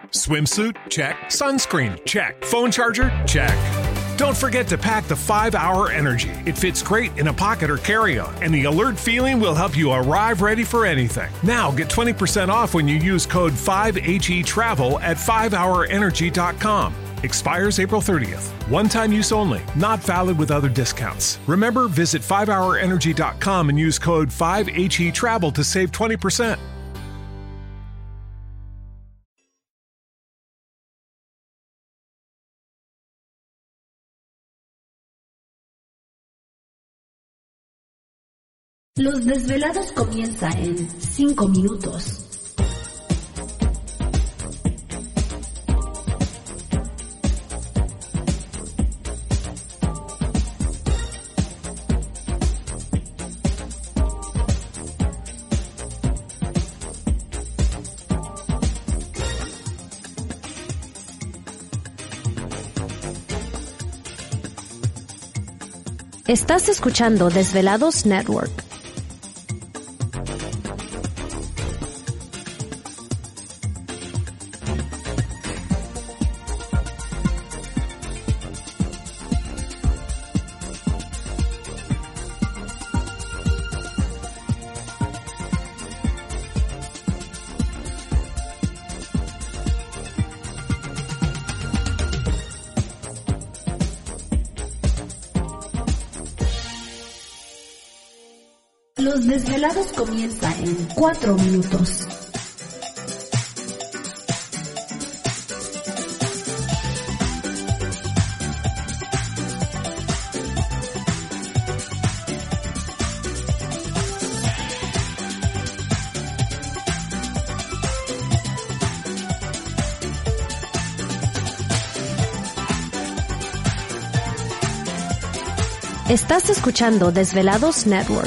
Swimsuit? Check. Sunscreen? Check. Phone charger? Check. Don't forget to pack the 5-Hour Energy. It fits great in a pocket or carry-on, and the alert feeling will help you arrive ready for anything. Now get 20% off when you use code 5HETRAVEL at 5hourenergy.com. Expires April 30th. One-time use only. Not valid with other discounts. Remember, visit 5hourenergy.com and use code 5HETRAVEL to save 20%. Los Desvelados comienza en 5 minutos. Estás escuchando Desvelados Network. Los Desvelados comienza en 4 minutos. Estás escuchando Desvelados Network.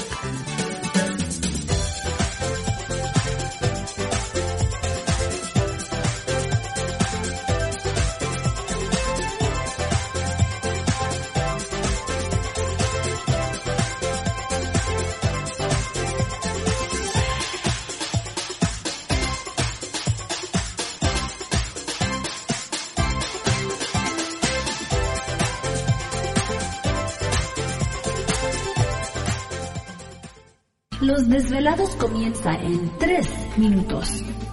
Los Desvelados comienza en 3 minutos.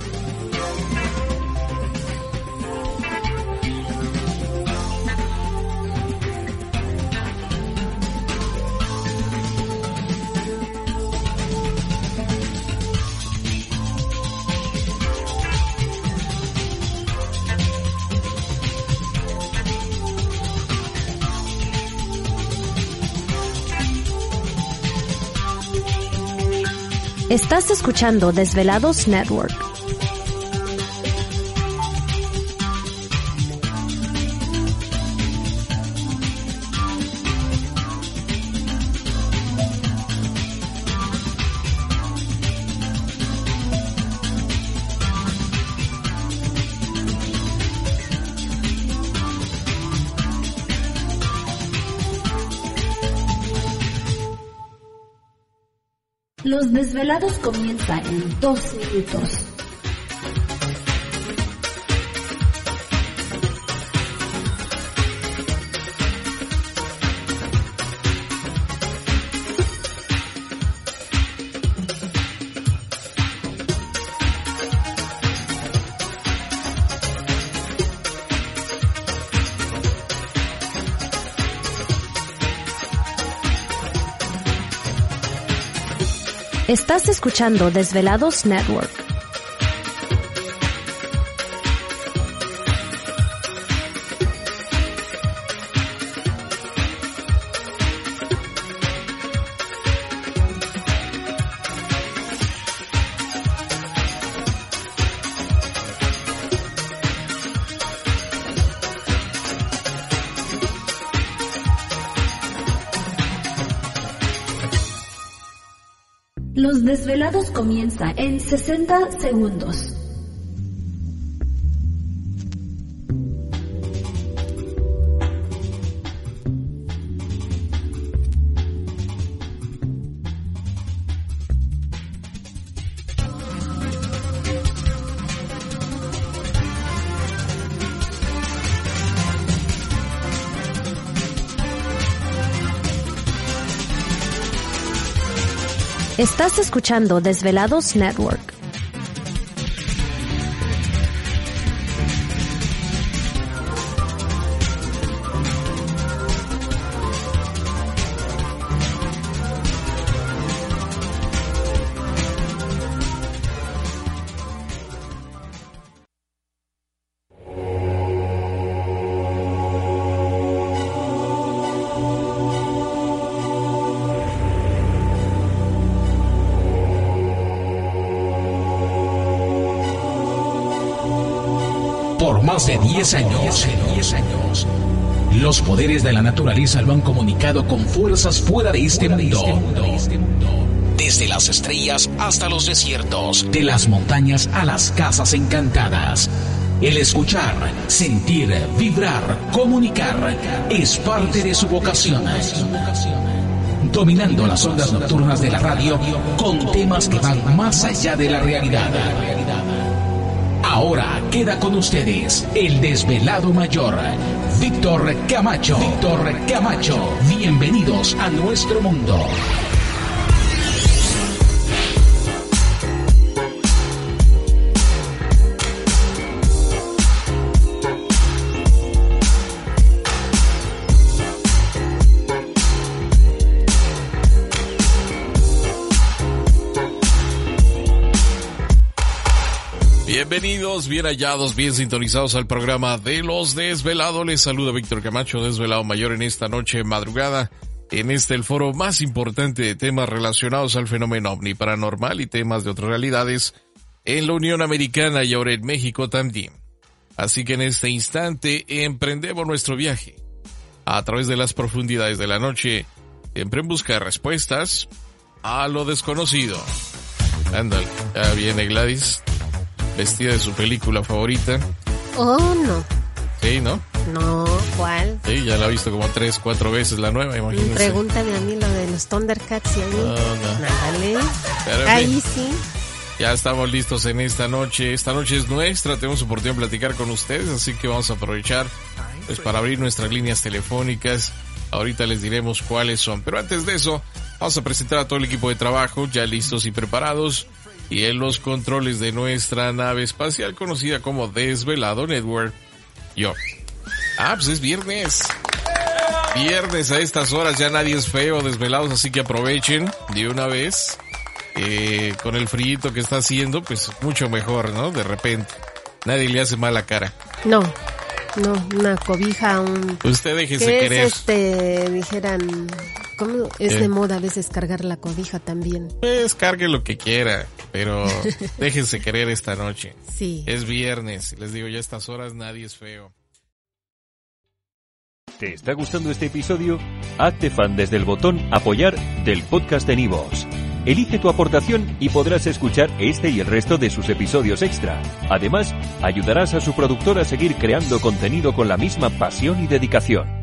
Estás escuchando Desvelados Network. Los Desvelados comienza en 2 minutos. Estás escuchando Desvelados Network. Los Desvelados comienza en 60 segundos. Estás escuchando Desvelados Network. Por más de 10 años, los poderes de la naturaleza lo han comunicado con fuerzas fuera de este mundo. Desde las estrellas hasta los desiertos, de las montañas a las casas encantadas. El escuchar, sentir, vibrar, comunicar es parte de su vocación. Dominando las ondas nocturnas de la radio con temas que van más allá de la realidad. Ahora queda con ustedes el desvelado mayor, Víctor Camacho. Bienvenidos a nuestro mundo. Bienvenidos, bien hallados, bien sintonizados al programa de Los Desvelados. Les saluda Víctor Camacho, desvelado mayor en esta noche madrugada, en el foro más importante de temas relacionados al fenómeno ovni paranormal y temas de otras realidades en la Unión Americana y ahora en México también. Así que en este instante emprendemos nuestro viaje a través de las profundidades de la noche, siempre en busca de respuestas a lo desconocido. Ándale, ya viene Gladys, vestida de su película favorita. Oh, no. Sí, ¿no? No, ¿cuál? Sí, ya la he visto como 3-4 veces la nueva, imagínense. Pregúntame a mí lo de los Thundercats y ahí. No. Dale. Ahí sí. Ya estamos listos en esta noche. Esta noche es nuestra, tenemos oportunidad de platicar con ustedes, así que vamos a aprovechar pues para abrir nuestras líneas telefónicas. Ahorita les diremos cuáles son. Pero antes de eso, vamos a presentar a todo el equipo de trabajo, ya listos y preparados. Y en los controles de nuestra nave espacial conocida como Desvelado Network, yo. Pues es viernes. Viernes a estas horas, ya nadie es feo, desvelados, así que aprovechen de una vez. Con el frío que está haciendo, pues mucho mejor, ¿no? De repente. Nadie le hace mala cara. No, una cobija, Usted déjese querer. Dijeran, ¿cómo es de moda a veces cargar la cobija también? Pues cargue lo que quiera, pero déjense querer esta noche. Sí. Es viernes, les digo, ya a estas horas nadie es feo. ¿Te está gustando este episodio? Hazte fan desde el botón Apoyar del podcast de Nivos. Elige tu aportación y podrás escuchar este y el resto de sus episodios extra. Además, ayudarás a su productor a seguir creando contenido con la misma pasión y dedicación.